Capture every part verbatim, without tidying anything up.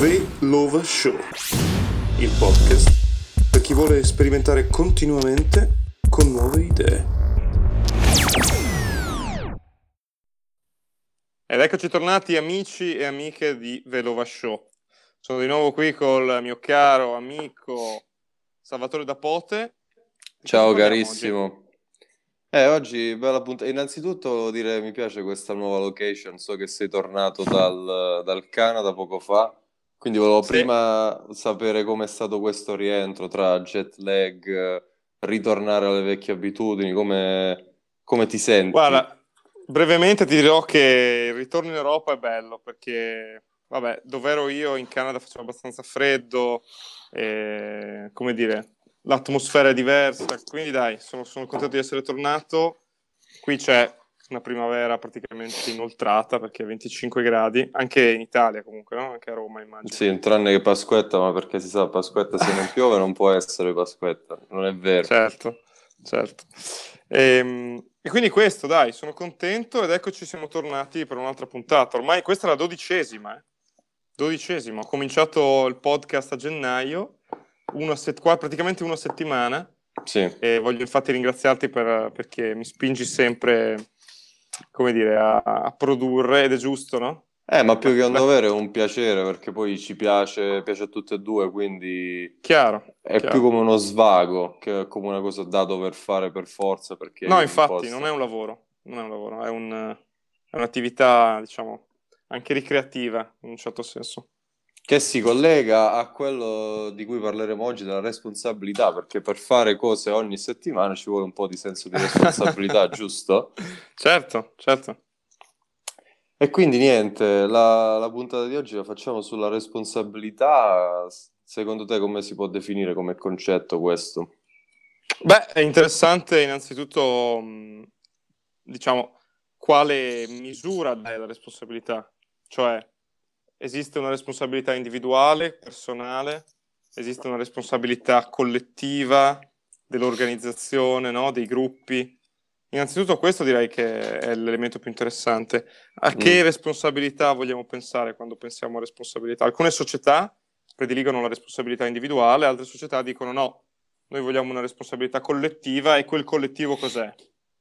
Velova Show, il podcast per chi vuole sperimentare continuamente con nuove idee. Ed eccoci tornati amici e amiche di Velova Show. Sono di nuovo qui col mio caro amico Salvatore Dapote. Di Ciao cosa parliamo carissimo. oggi? Eh, oggi bella puntata. Innanzitutto volevo dire mi piace questa nuova location. So che sei tornato dal, dal Canada poco fa, quindi volevo Sì. prima sapere com'è stato questo rientro tra jet lag, eh, ritornare alle vecchie abitudini, come, come ti senti? Guarda, brevemente ti dirò che il ritorno in Europa è bello perché, vabbè, dove ero io in Canada faceva abbastanza freddo, e, come dire, l'atmosfera è diversa, quindi dai, sono, sono contento di essere tornato. Qui c'è una primavera praticamente inoltrata perché è venticinque gradi, anche in Italia comunque, no? Anche a Roma immagino. Sì, tranne che Pasquetta, ma perché si sa, Pasquetta se non piove non può essere Pasquetta, non è vero. Certo, certo. E, e quindi questo, dai, sono contento ed eccoci siamo tornati per un'altra puntata. Ormai questa è la dodicesima, eh? Dodicesima. Ho cominciato il podcast a gennaio, uno a set- qua praticamente una settimana. Sì. E voglio infatti ringraziarti per, perché mi spingi sempre, come dire, a, a produrre ed è giusto, no? Eh, ma più La- che un la- dovere è un piacere, perché poi ci piace, piace a tutte e due, quindi Chiaro, è chiaro. più come uno svago che come una cosa da dover fare per forza perché No, viene infatti, imposta. non è un lavoro, non è un lavoro, è, un- è un'attività, diciamo, anche ricreativa, in un certo senso. Che si collega a quello di cui parleremo oggi, della responsabilità, perché per fare cose ogni settimana ci vuole un po' di senso di responsabilità, giusto? Certo, certo. E quindi niente, la, la puntata di oggi la facciamo sulla responsabilità. Secondo te come si può definire come concetto questo? Beh, è interessante innanzitutto, mh, diciamo, quale misura dai la responsabilità, cioè esiste una responsabilità individuale, personale, esiste una responsabilità collettiva dell'organizzazione, no? Dei gruppi. Innanzitutto questo direi che è l'elemento più interessante. A che Mm. responsabilità vogliamo pensare quando pensiamo a responsabilità? Alcune società prediligono la responsabilità individuale, altre società dicono no, noi vogliamo una responsabilità collettiva e quel collettivo cos'è?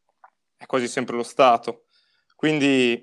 È quasi sempre lo Stato. Quindi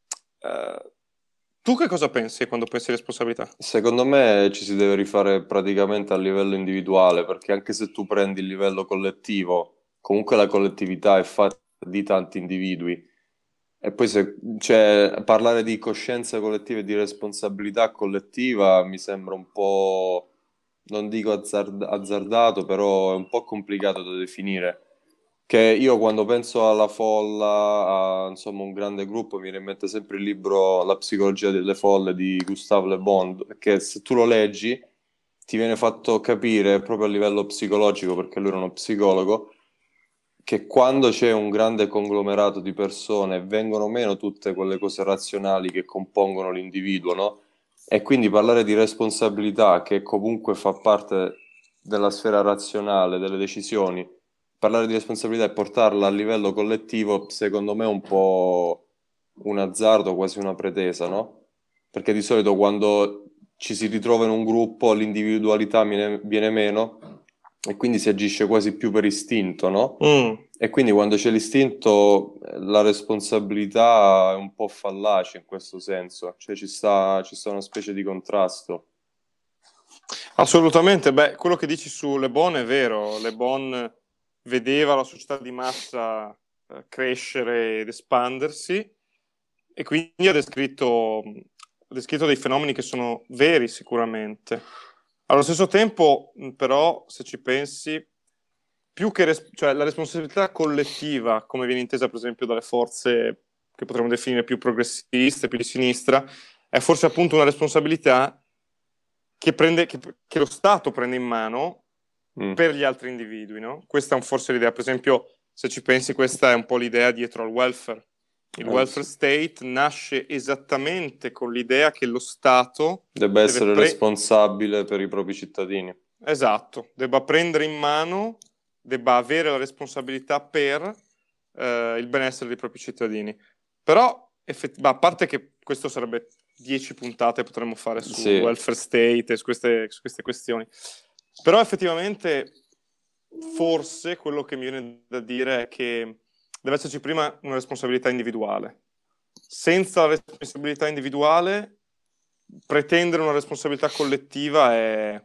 eh, tu che cosa pensi quando pensi a responsabilità? Secondo me ci si deve rifare praticamente a livello individuale, perché anche se tu prendi il livello collettivo, comunque la collettività è fatta di tanti individui. E poi se, cioè, parlare di coscienza collettiva e di responsabilità collettiva mi sembra un po', non dico azzard- azzardato, però è un po' complicato da definire. Che io quando penso alla folla, a insomma un grande gruppo, mi viene in mente sempre il libro La psicologia delle folle di Gustave Le Bon, che se tu lo leggi ti viene fatto capire proprio a livello psicologico, perché lui era uno psicologo, che quando c'è un grande conglomerato di persone vengono meno tutte quelle cose razionali che compongono l'individuo, no? E quindi parlare di responsabilità, che comunque fa parte della sfera razionale, delle decisioni, parlare di responsabilità e portarla a livello collettivo, secondo me è un po' un azzardo, quasi una pretesa, no? Perché di solito quando ci si ritrova in un gruppo l'individualità viene, viene meno e quindi si agisce quasi più per istinto, no? Mm. E quindi quando c'è l'istinto la responsabilità è un po' fallace in questo senso, cioè ci sta, ci sta una specie di contrasto. Assolutamente, beh, quello che dici su Le Bon è vero. Le Bon vedeva la società di massa eh, crescere ed espandersi e quindi ha descritto, ha descritto dei fenomeni che sono veri sicuramente. Allo stesso tempo, mh, però, se ci pensi, più che res- cioè, la responsabilità collettiva, come viene intesa per esempio dalle forze che potremmo definire più progressiste, più di sinistra, è forse appunto una responsabilità che, prende, che, che lo Stato prende in mano Mm. per gli altri individui, no? Questa è un, forse l'idea, per esempio, se ci pensi, questa è un po' l'idea dietro al welfare. Il Eh, welfare sì. state nasce esattamente con l'idea che lo Stato Deve deve essere pre- responsabile per i propri cittadini. esatto, debba prendere in mano, debba avere la responsabilità per eh, il benessere dei propri cittadini. Però, effett- ma a parte che questo sarebbe dieci puntate potremmo fare su Sì. welfare state e su queste, su queste questioni. Però effettivamente forse quello che mi viene da dire è che deve esserci prima una responsabilità individuale. Senza la responsabilità individuale, pretendere una responsabilità collettiva è,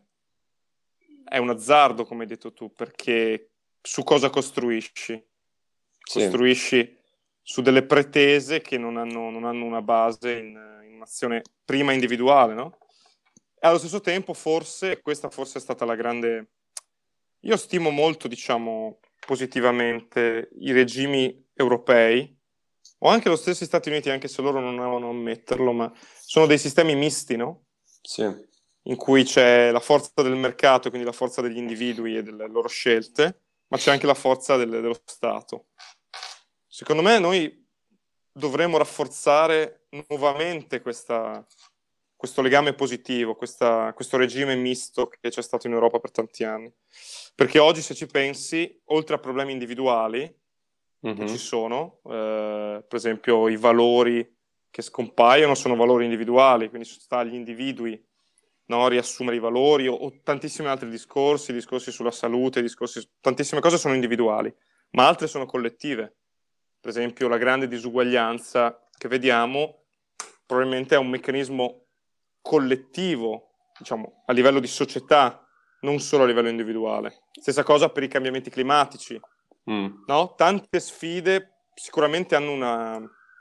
è un azzardo, come hai detto tu, perché su cosa costruisci? Sì. Costruisci su delle pretese che non hanno, non hanno una base in, in un'azione prima individuale, no? E allo stesso tempo, forse, questa forse è stata la grande... Io stimo molto, diciamo, positivamente i regimi europei, o anche lo stesso Stati Uniti, anche se loro non amano ammetterlo, ma sono dei sistemi misti, no? Sì. In cui c'è la forza del mercato, quindi la forza degli individui e delle loro scelte, ma c'è anche la forza del, dello Stato. Secondo me noi dovremmo rafforzare nuovamente questa, questo legame positivo, questa, questo regime misto che c'è stato in Europa per tanti anni. Perché oggi, se ci pensi, oltre a problemi individuali Mhm. che ci sono, eh, per esempio i valori che scompaiono sono valori individuali, quindi sta agli individui, no, riassumere i valori, o, o tantissimi altri discorsi, discorsi sulla salute, discorsi, tantissime cose sono individuali, ma altre sono collettive. Per esempio la grande disuguaglianza che vediamo probabilmente è un meccanismo collettivo, diciamo, a livello di società, non solo a livello individuale. Stessa cosa per i cambiamenti climatici, Mm. no? Tante sfide sicuramente hanno una,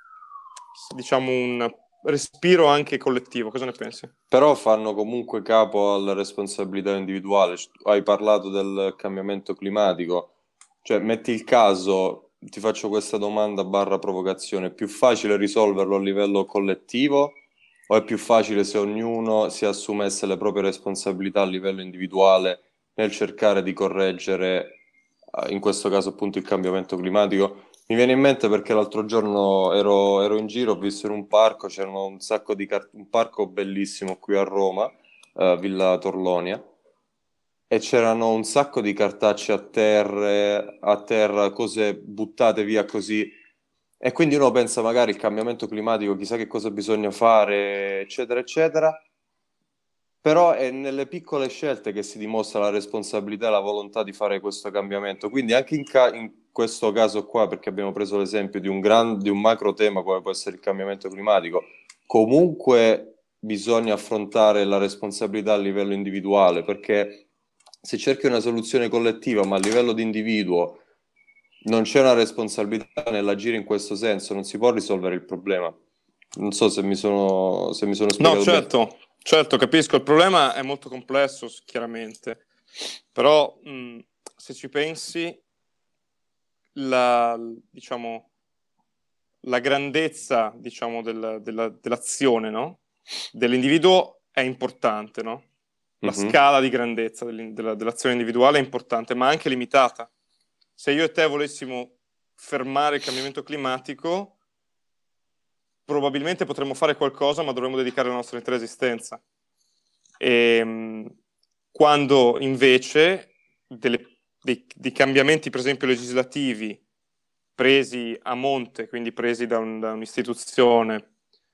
diciamo, un respiro anche collettivo. Cosa ne pensi? Però fanno comunque capo alla responsabilità individuale. Hai parlato del cambiamento climatico, cioè metti il caso, ti faccio questa domanda barra provocazione: è più facile risolverlo a livello collettivo o è più facile se ognuno si assumesse le proprie responsabilità a livello individuale nel cercare di correggere, in questo caso appunto, il cambiamento climatico? Mi viene in mente perché l'altro giorno ero, ero in giro, ho visto in un parco, c'erano un sacco di cart- un parco bellissimo qui a Roma, eh, Villa Torlonia, e c'erano un sacco di cartacce a terra, a terra, cose buttate via così. E quindi uno pensa magari il cambiamento climatico, chissà che cosa bisogna fare, eccetera, eccetera. Però è nelle piccole scelte che si dimostra la responsabilità e la volontà di fare questo cambiamento. Quindi anche in, ca- in questo caso qua, perché abbiamo preso l'esempio di un, gran, di un macro tema come può essere il cambiamento climatico, comunque bisogna affrontare la responsabilità a livello individuale, perché se cerchi una soluzione collettiva ma a livello di individuo non c'è una responsabilità nell'agire in questo senso, non si può risolvere il problema. Non so se mi sono, se mi sono No, spiegato bene. certo, certo, capisco. Il problema è molto complesso, chiaramente. Però, mh, se ci pensi, la, diciamo, la grandezza, diciamo, del- della- dell'azione, no? Dell'individuo è importante, no? La Mhm. scala di grandezza dell'in- della- dell'azione individuale è importante, ma anche limitata. Se io e te volessimo fermare il cambiamento climatico, probabilmente potremmo fare qualcosa, ma dovremmo dedicare la nostra intera esistenza. E, mh, quando invece delle- dei, dei cambiamenti, per esempio legislativi, presi a monte, quindi presi da, un- da un'istituzione,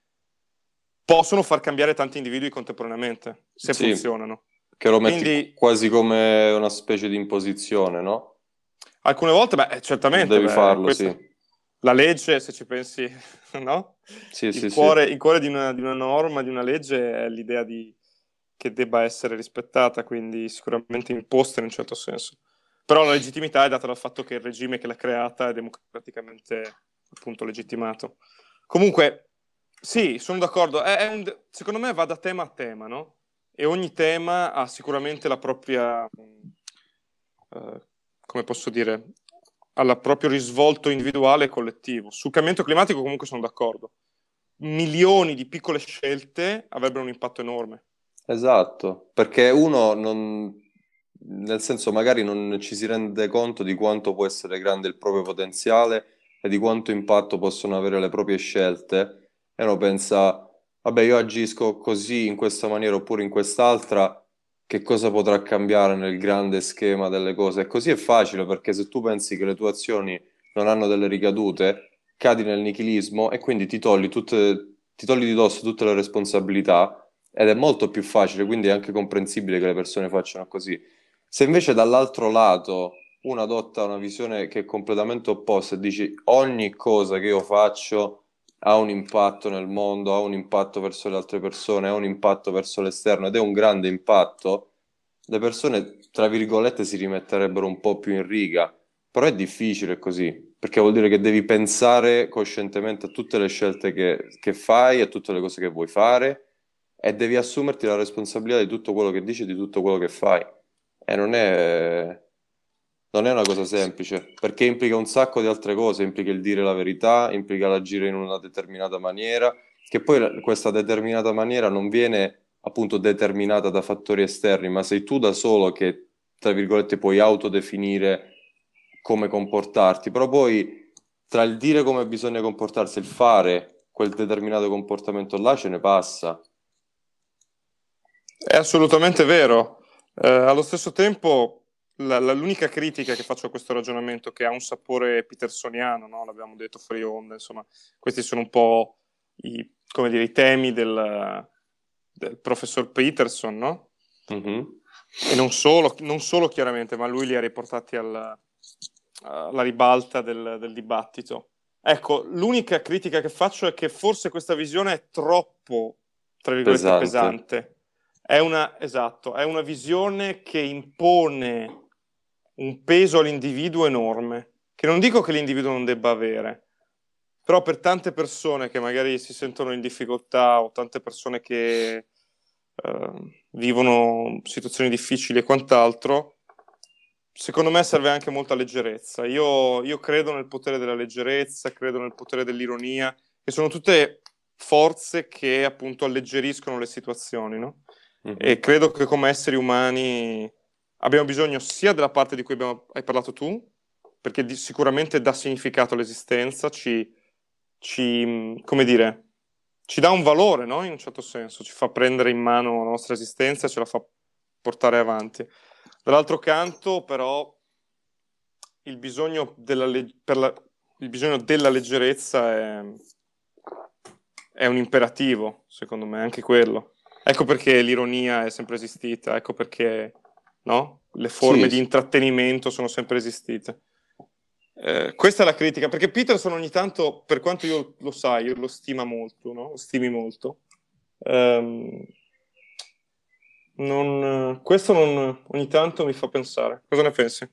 possono far cambiare tanti individui contemporaneamente, se Sì, funzionano. che lo metti Quindi quasi come una specie di imposizione, no? alcune volte, beh, certamente, Devi beh, farlo, questa, sì. la legge, se ci pensi, no? Sì, Il sì, sì. cuore, il cuore di una, di una norma, di una legge è l'idea di, che debba essere rispettata, quindi sicuramente imposta in un certo senso. Però la legittimità è data dal fatto che il regime che l'ha creata è democraticamente, appunto, legittimato. Comunque, sì, sono d'accordo. È, è un, secondo me va da tema a tema, no? E ogni tema ha sicuramente la propria, eh, come posso dire, al proprio risvolto individuale e collettivo. Sul cambiamento climatico comunque sono d'accordo. Milioni di piccole scelte avrebbero un impatto enorme. Esatto, perché uno non, nel senso magari non ci si rende conto di quanto può essere grande il proprio potenziale e di quanto impatto possono avere le proprie scelte, e uno pensa, vabbè, io agisco così, in questa maniera oppure in quest'altra, che cosa potrà cambiare nel grande schema delle cose? E così è facile, perché se tu pensi che le tue azioni non hanno delle ricadute, cadi nel nichilismo e quindi ti togli tutte ti togli di dosso tutte le responsabilità ed è molto più facile, quindi è anche comprensibile che le persone facciano così. Se invece dall'altro lato uno adotta una visione che è completamente opposta e dici ogni cosa che io faccio ha un impatto nel mondo, ha un impatto verso le altre persone, ha un impatto verso l'esterno ed è un grande impatto, le persone, tra virgolette, si rimetterebbero un po' più in riga. Però è difficile così, perché vuol dire che devi pensare coscientemente a tutte le scelte che, che fai, a tutte le cose che vuoi fare e devi assumerti la responsabilità di tutto quello che dici e di tutto quello che fai. E non è, non è una cosa semplice, perché implica un sacco di altre cose, implica il dire la verità, implica l'agire in una determinata maniera, che poi la- questa determinata maniera non viene appunto determinata da fattori esterni, ma sei tu da solo che, tra virgolette, puoi autodefinire come comportarti, però poi tra il dire come bisogna comportarsi e il fare quel determinato comportamento là ce ne passa. È assolutamente vero. Eh, allo stesso tempo, la- la- l'unica critica che faccio a questo ragionamento, che ha un sapore petersoniano, no? L'abbiamo detto fuori onda, insomma, questi sono un po' i, come dire, i temi del, del professor Peterson, no? Mhm. E non solo, non solo chiaramente, ma lui li ha riportati al- alla ribalta del, del dibattito. Ecco, l'unica critica che faccio è che forse questa visione è troppo, tra virgolette, Pesante. pesante. È una, esatto, è una visione che impone un peso all'individuo enorme, che non dico che l'individuo non debba avere, però per tante persone che magari si sentono in difficoltà o tante persone che eh, vivono situazioni difficili e quant'altro, secondo me serve anche molta leggerezza. Io, io credo nel potere della leggerezza, credo nel potere dell'ironia, che sono tutte forze che appunto alleggeriscono le situazioni, no? E Mhm. credo che come esseri umani abbiamo bisogno sia della parte di cui abbiamo- hai parlato tu, perché di- sicuramente dà significato all'esistenza, ci, ci, mh, come dire, ci dà un valore, no? In un certo senso, ci fa prendere in mano la nostra esistenza e ce la fa portare avanti. Dall'altro canto, però, il bisogno della, le- per la- il bisogno della leggerezza è, è un imperativo, secondo me, anche quello. Ecco perché l'ironia è sempre esistita, ecco perché, no? Le forme Sì, di sì. intrattenimento sono sempre esistite. Eh, questa è la critica, perché Peterson ogni tanto, per quanto io lo sai, io lo stima molto, no? Lo stimi molto. Ehm, non- questo non, ogni tanto mi fa pensare. Cosa ne pensi?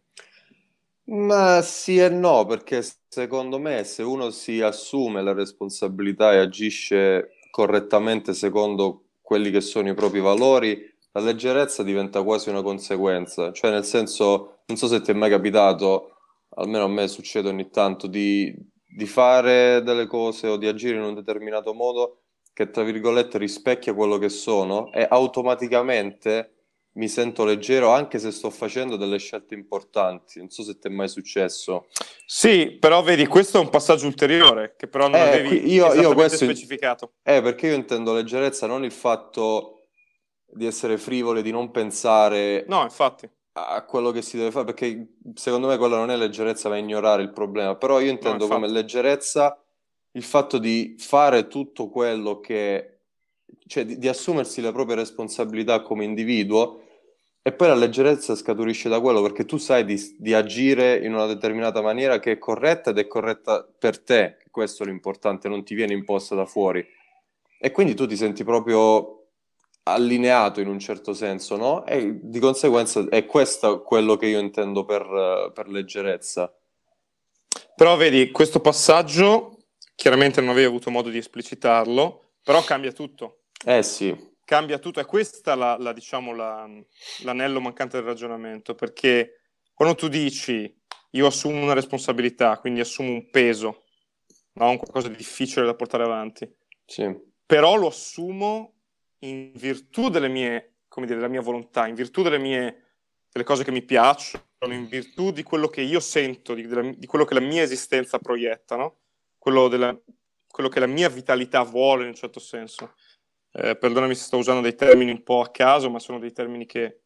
Ma sì e no, perché secondo me se uno si assume la responsabilità e agisce correttamente secondo quelli che sono i propri valori, la leggerezza diventa quasi una conseguenza. Cioè, nel senso, non so se ti è mai capitato, almeno a me succede ogni tanto, di, di fare delle cose o di agire in un determinato modo che, tra virgolette, rispecchia quello che sono e automaticamente mi sento leggero anche se sto facendo delle scelte importanti. Non so se ti è mai successo. Sì, però vedi, questo è un passaggio ulteriore che però non Eh, avevi qui- io, io esattamente questo in- specificato. eh, perché io intendo leggerezza non il fatto di essere frivoli, di non pensare No, infatti, a quello che si deve fare, perché secondo me quella non è leggerezza, ma è ignorare il problema. Però io no, intendo come infatti. leggerezza il fatto di fare tutto quello che, cioè di, di assumersi le proprie responsabilità come individuo. E poi la leggerezza scaturisce da quello perché tu sai di, di agire in una determinata maniera che è corretta ed è corretta per te, che questo è l'importante, non ti viene imposta da fuori. E quindi tu ti senti proprio allineato in un certo senso, no? E di conseguenza è questo quello che io intendo per, eh, per leggerezza. Però vedi, questo passaggio chiaramente non avevi avuto modo di esplicitarlo, però cambia tutto. Eh sì, Cambia tutto, è questa la, la, diciamo, la- l'anello mancante del ragionamento, perché quando tu dici io assumo una responsabilità, quindi assumo un peso, no? Un qualcosa di difficile da portare avanti, sì, però lo assumo in virtù delle mie, come dire, della mia volontà, in virtù delle mie, delle cose che mi piacciono, in virtù di quello che io sento, di, della- di quello che la mia esistenza proietta, no? Quello, della- quello che la mia vitalità vuole in un certo senso. Eh, perdonami se sto usando dei termini un po' a caso, ma sono dei termini che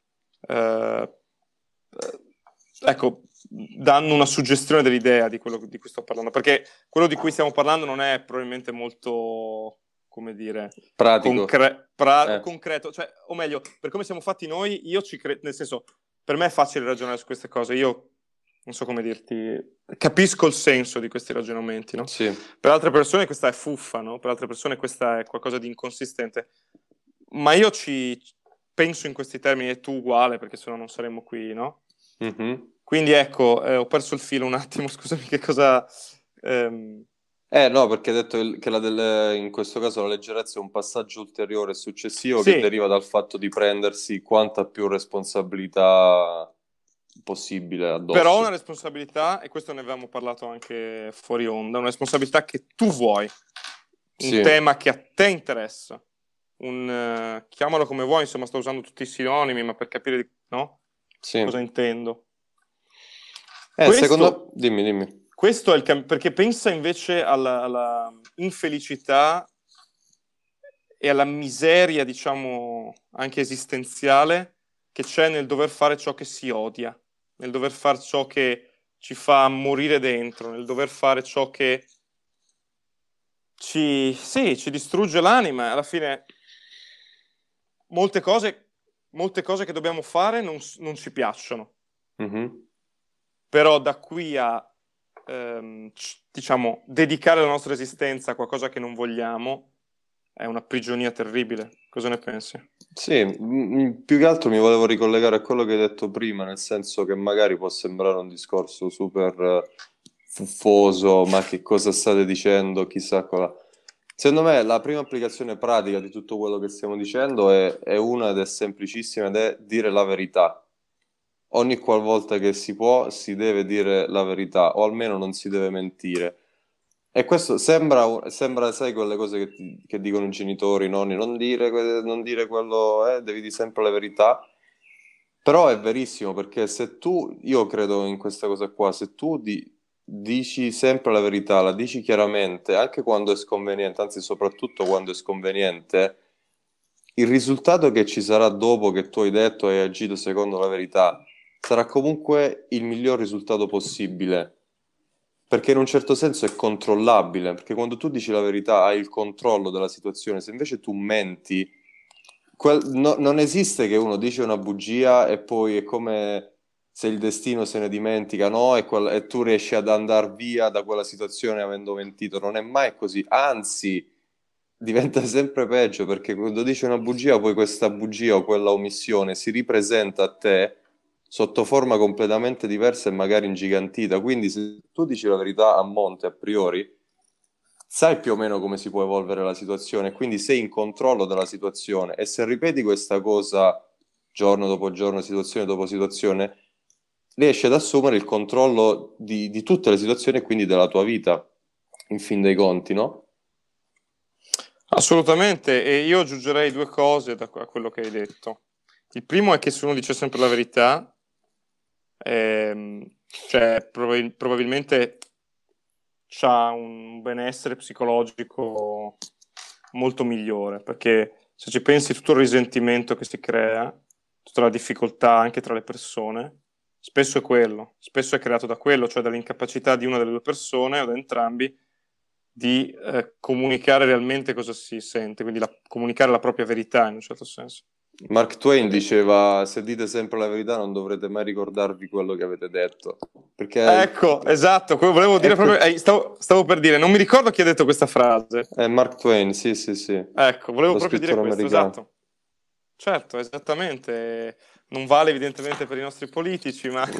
eh, eh, ecco, danno una suggestione dell'idea di quello di cui sto parlando, perché quello di cui stiamo parlando non è probabilmente molto come dire, Pratico. concre- pra- Eh. concreto, cioè, o meglio, per come siamo fatti noi, io ci credo, nel senso, per me è facile ragionare su queste cose, io non so come dirti, capisco il senso di questi ragionamenti, no? Sì. Per altre persone questa è fuffa, no? Per altre persone questa è qualcosa di inconsistente, ma io ci penso in questi termini e tu uguale, perché sennò non saremmo qui, no? Mm-hmm. Quindi ecco, eh, ho perso il filo un attimo, scusami, che cosa... Ehm... Eh no, perché hai detto il- che la del- in questo caso la leggerezza è un passaggio ulteriore e successivo Sì. che deriva dal fatto di prendersi quanta più responsabilità possibile addosso. Però una responsabilità, e questo ne avevamo parlato anche fuori onda, una responsabilità che tu vuoi, un Sì. tema che a te interessa, un, eh, chiamalo come vuoi, insomma sto usando tutti i sinonimi, ma per capire di- no? Sì. cosa intendo. Eh, questo, secondo... Dimmi, dimmi. Questo è il cam- perché pensa invece alla, alla infelicità e alla miseria, diciamo, anche esistenziale che c'è nel dover fare ciò che si odia, nel dover fare ciò che ci fa morire dentro, nel dover fare ciò che ci, sì, ci distrugge l'anima. Alla fine molte cose, molte cose che dobbiamo fare non, non ci piacciono. Mm-hmm. Però da qui a ehm, diciamo dedicare la nostra esistenza a qualcosa che non vogliamo è una prigionia terribile. Cosa ne pensi? Sì, m- più che altro mi volevo ricollegare a quello che hai detto prima, nel senso che magari può sembrare un discorso super eh, fuffoso, ma che cosa state dicendo, chissà cosa. Secondo me la prima applicazione pratica di tutto quello che stiamo dicendo è, è una ed è semplicissima ed è dire la verità. Ogni qualvolta che si può si deve dire la verità, o almeno non si deve mentire. E questo sembra, sembra sai, quelle cose che, ti- che dicono i genitori, i nonni, non dire, que- non dire quello, eh, devi dire sempre la verità. Però è verissimo, perché se tu, io credo in questa cosa qua, se tu di- dici sempre la verità, la dici chiaramente, anche quando è sconveniente, anzi soprattutto quando è sconveniente, il risultato che ci sarà dopo che tu hai detto e hai agito secondo la verità sarà comunque il miglior risultato possibile. Perché in un certo senso è controllabile, perché quando tu dici la verità hai il controllo della situazione, se invece tu menti, quel- no- non esiste che uno dice una bugia e poi è come se il destino se ne dimentica, no? E, quel- e tu riesci ad andare via da quella situazione avendo mentito, non è mai così, anzi diventa sempre peggio, perché quando dici una bugia poi questa bugia o quella omissione si ripresenta a te sotto forma completamente diversa e magari ingigantita. Quindi se tu dici la verità a monte a priori, sai più o meno come si può evolvere la situazione, quindi sei in controllo della situazione, e se ripeti questa cosa giorno dopo giorno, situazione dopo situazione, riesci ad assumere il controllo di, di tutte le situazioni e quindi della tua vita, in fin dei conti, no? Assolutamente, e io aggiungerei due cose da a quello che hai detto. Il primo è che se uno dice sempre la verità, ehm, cioè probabil- probabilmente c'ha un benessere psicologico molto migliore, perché se ci pensi tutto il risentimento che si crea, tutta la difficoltà anche tra le persone, spesso è quello, spesso è creato da quello, cioè dall'incapacità di una delle due persone o da entrambi di eh, comunicare realmente cosa si sente, quindi la, comunicare la propria verità in un certo senso. Mark Twain diceva: se dite sempre la verità non dovrete mai ricordarvi quello che avete detto, perché Ecco, esatto, quello volevo dire ecco, proprio, eh, stavo, stavo per dire, non mi ricordo chi ha detto questa frase. è Mark Twain, sì sì sì, Ecco, volevo lo proprio dire scrittore questo, americano. esatto. Certo, esattamente. Non vale evidentemente per i nostri politici, ma...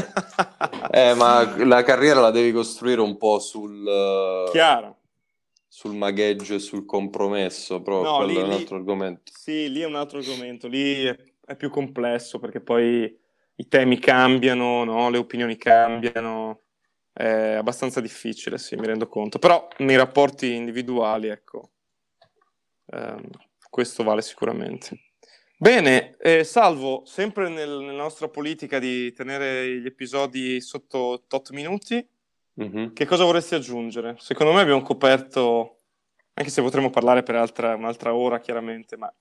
eh, ma la carriera la devi costruire un po' sul, Chiaro. sul magheggio e sul compromesso, però No, quello lì, è un lì, altro argomento. sì, lì è un altro argomento, lì è, è più complesso perché poi i temi cambiano, no? Le opinioni cambiano, è abbastanza difficile, sì, mi rendo conto. Però nei rapporti individuali, ecco, ehm, questo vale sicuramente. Bene, eh, Salvo, sempre nel, nella nostra politica di tenere gli episodi sotto tot minuti, Mm-hmm. che cosa vorresti aggiungere? Secondo me abbiamo coperto, anche se potremmo parlare per altra, un'altra ora chiaramente, ma...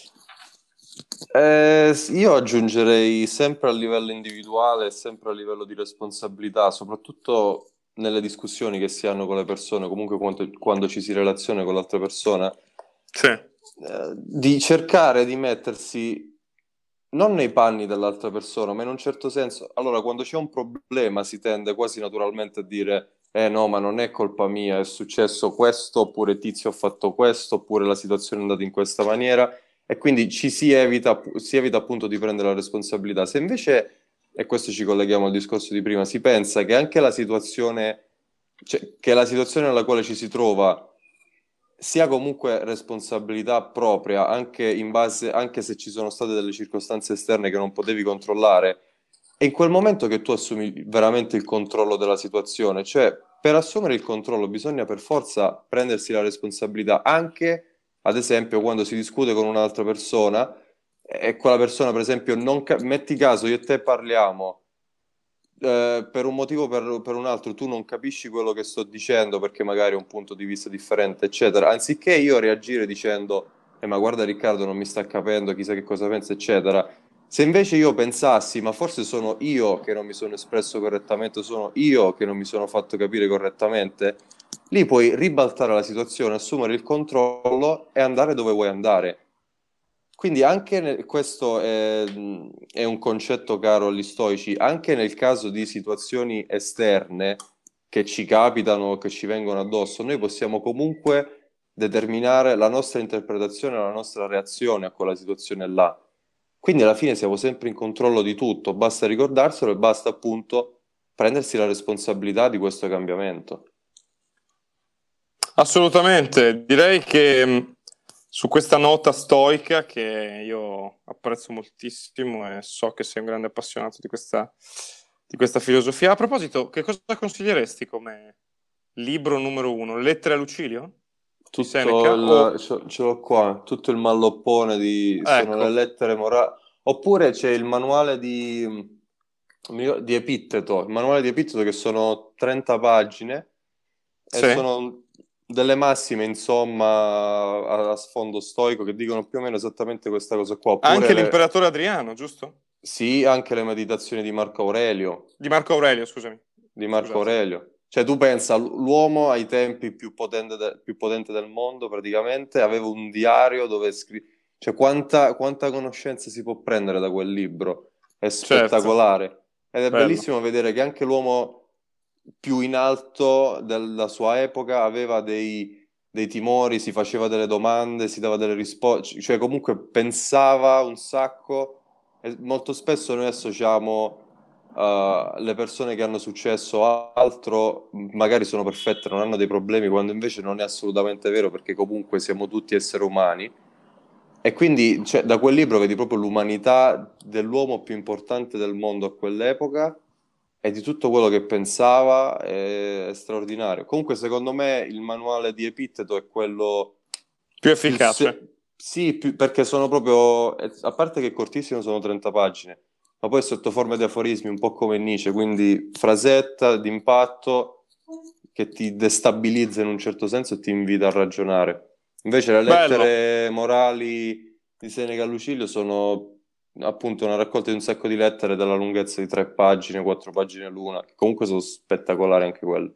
Eh, io aggiungerei sempre a livello individuale, sempre a livello di responsabilità, soprattutto nelle discussioni che si hanno con le persone, comunque quando, quando ci si relaziona con l'altra persona, Sì. eh, di cercare di mettersi non nei panni dell'altra persona, ma in un certo senso. Allora, quando c'è un problema si tende quasi naturalmente a dire eh no, ma non è colpa mia, è successo questo, oppure Tizio ha fatto questo, oppure la situazione è andata in questa maniera, e quindi ci si evita, si evita appunto di prendere la responsabilità. Se invece, e questo ci colleghiamo al discorso di prima, si pensa che anche la situazione, cioè, che la situazione nella quale ci si trova sia comunque responsabilità propria, anche in base, anche se ci sono state delle circostanze esterne che non potevi controllare, è in quel momento che tu assumi veramente il controllo della situazione. Cioè, per assumere il controllo bisogna per forza prendersi la responsabilità, anche, ad esempio, quando si discute con un'altra persona e quella persona, per esempio, non ca- metti caso io e te parliamo, eh, per un motivo o per, per un altro tu non capisci quello che sto dicendo perché magari è un punto di vista differente, eccetera, anziché io reagire dicendo eh, ma guarda Riccardo non mi sta capendo, chissà che cosa pensa, eccetera, se invece io pensassi ma forse sono io che non mi sono espresso correttamente, sono io che non mi sono fatto capire correttamente, lì puoi ribaltare la situazione, assumere il controllo e andare dove vuoi andare. Quindi anche nel- questo è, è un concetto caro agli stoici, anche nel caso di situazioni esterne che ci capitano, che ci vengono addosso, noi possiamo comunque determinare la nostra interpretazione, la nostra reazione a quella situazione là. Quindi alla fine siamo sempre in controllo di tutto, basta ricordarselo e basta appunto prendersi la responsabilità di questo cambiamento. Assolutamente, direi che mh, su questa nota stoica che io apprezzo moltissimo e so che sei un grande appassionato di questa, di questa filosofia. A proposito, che cosa consiglieresti come libro numero uno? Le lettere a Lucilio di Tutto Seneca? O il, ce, ce l'ho qua, tutto il malloppone di, sono le ecco, lettere morali. Oppure c'è il manuale di, mi ricordo- di Epitteto, il manuale di Epitteto che sono trenta pagine e sì, sono delle massime, insomma, a, a sfondo stoico che dicono più o meno esattamente questa cosa qua. Oppure anche le, l'imperatore Adriano, giusto? sì, anche le meditazioni di Marco Aurelio. Di Marco Aurelio, scusami. Di Marco Scusate. Aurelio. Cioè, tu pensa, l'uomo ai tempi più potente de- più potente del mondo, praticamente, aveva un diario dove scrive. Cioè, quanta, quanta conoscenza si può prendere da quel libro? È Certo, spettacolare. Ed è bello. bellissimo vedere che anche l'uomo più in alto della sua epoca aveva dei, dei timori, si faceva delle domande, si dava delle risposte, cioè comunque pensava un sacco. E molto spesso noi associamo uh, le persone che hanno successo a altro, magari sono perfette, non hanno dei problemi, quando invece non è assolutamente vero, perché comunque siamo tutti esseri umani. E quindi cioè, da quel libro vedi proprio l'umanità dell'uomo più importante del mondo a quell'epoca e di tutto quello che pensava, è, è straordinario. Comunque, secondo me, il manuale di Epitteto è quello Più più efficace. se- sì, più- perché sono proprio, eh, a parte che è cortissimo, sono trenta pagine, ma poi è sotto forma di aforismi, un po' come Nietzsche, quindi frasetta d'impatto che ti destabilizza in un certo senso e ti invita a ragionare. Invece le Bello. lettere morali di Seneca a Lucilio sono appunto una raccolta di un sacco di lettere della lunghezza di tre pagine, quattro pagine l'una, che comunque sono spettacolari anche quelle.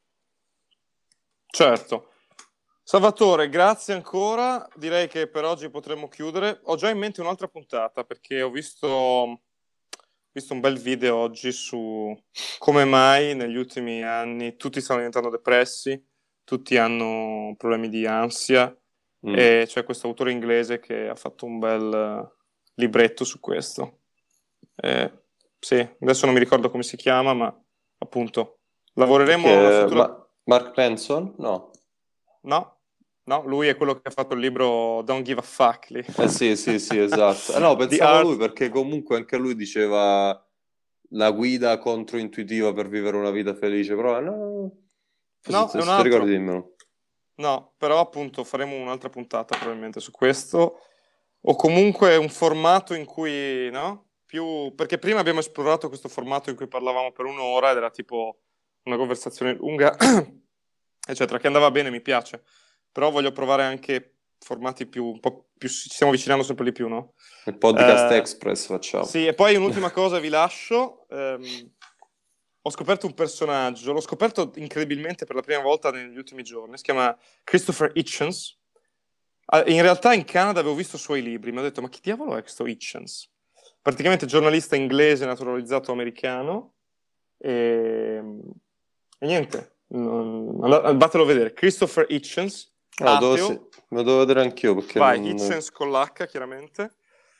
Certo. Salvatore, grazie ancora. Direi che per oggi potremmo chiudere. Ho già in mente un'altra puntata perché ho visto, visto un bel video oggi su come mai negli ultimi anni tutti stanno diventando depressi, tutti hanno problemi di ansia Mm. e c'è questo autore inglese che ha fatto un bel eh, libretto su questo. Eh, sì, adesso non mi ricordo come si chiama, ma appunto lavoreremo a una Che, futura. ma, Mark Manson? No. No, no, lui è quello che ha fatto il libro Don't Give a Fuck lì. Eh sì, sì, sì, esatto. Eh no, The pensavo a lui Art. perché comunque anche lui diceva la guida controintuitiva per vivere una vita felice, però no, forse No, è se un se ti ricordi altro. dimmelo. No, però appunto faremo un'altra puntata probabilmente su questo. O comunque un formato in cui, no? Più. Perché prima abbiamo esplorato questo formato in cui parlavamo per un'ora ed era tipo una conversazione lunga, eccetera, che andava bene, mi piace. Però voglio provare anche formati più, un po' più, ci stiamo avvicinando sempre di più, no? Il podcast Eh, Express facciamo. sì, e poi un'ultima cosa vi lascio. Ehm, ho scoperto un personaggio, l'ho scoperto incredibilmente per la prima volta negli ultimi giorni, si chiama Christopher Hitchens, In realtà in Canada avevo visto i suoi libri, mi ho detto, ma chi diavolo è questo Hitchens? Praticamente giornalista inglese naturalizzato americano, e, e niente, non... andatelo a vedere. Christopher Hitchens, Ah, ateo. devo, se... lo devo vedere anch'io perché Vai, non... Hitchens con l'H, chiaramente.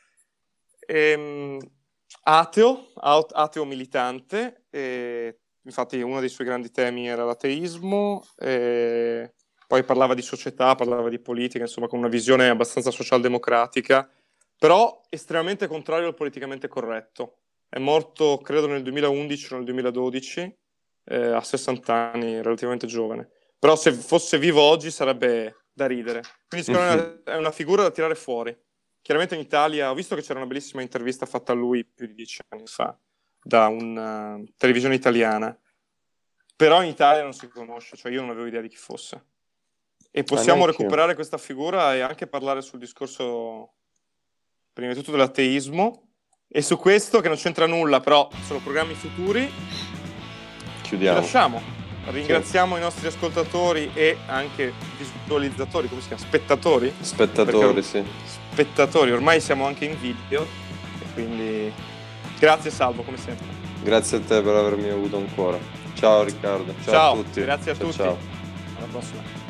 E, ateo, ateo militante, e, infatti uno dei suoi grandi temi era l'ateismo, e poi parlava di società, parlava di politica, insomma con una visione abbastanza socialdemocratica, però estremamente contrario al politicamente corretto. È morto credo nel duemilaundici o nel duemiladodici, eh, a sessanta anni, relativamente giovane, però se fosse vivo oggi sarebbe da ridere, quindi secondo me è una figura da tirare fuori. Chiaramente in Italia, ho visto che c'era una bellissima intervista fatta a lui più di dieci anni fa da una uh, televisione italiana, però in Italia non si conosce, cioè io non avevo idea di chi fosse. E possiamo ah, recuperare questa figura e anche parlare sul discorso, prima di tutto, dell'ateismo, e su questo, che non c'entra nulla, però sono programmi futuri, chiudiamo. Ci lasciamo. Ringraziamo sì. i nostri ascoltatori e anche visualizzatori, come si chiama? Spettatori? Spettatori, Perché, sì. Spettatori, ormai siamo anche in video, e quindi grazie Salvo, come sempre. Grazie a te per avermi avuto ancora. Ciao Riccardo, ciao, ciao a tutti. Grazie a ciao, tutti. Ciao. Alla prossima.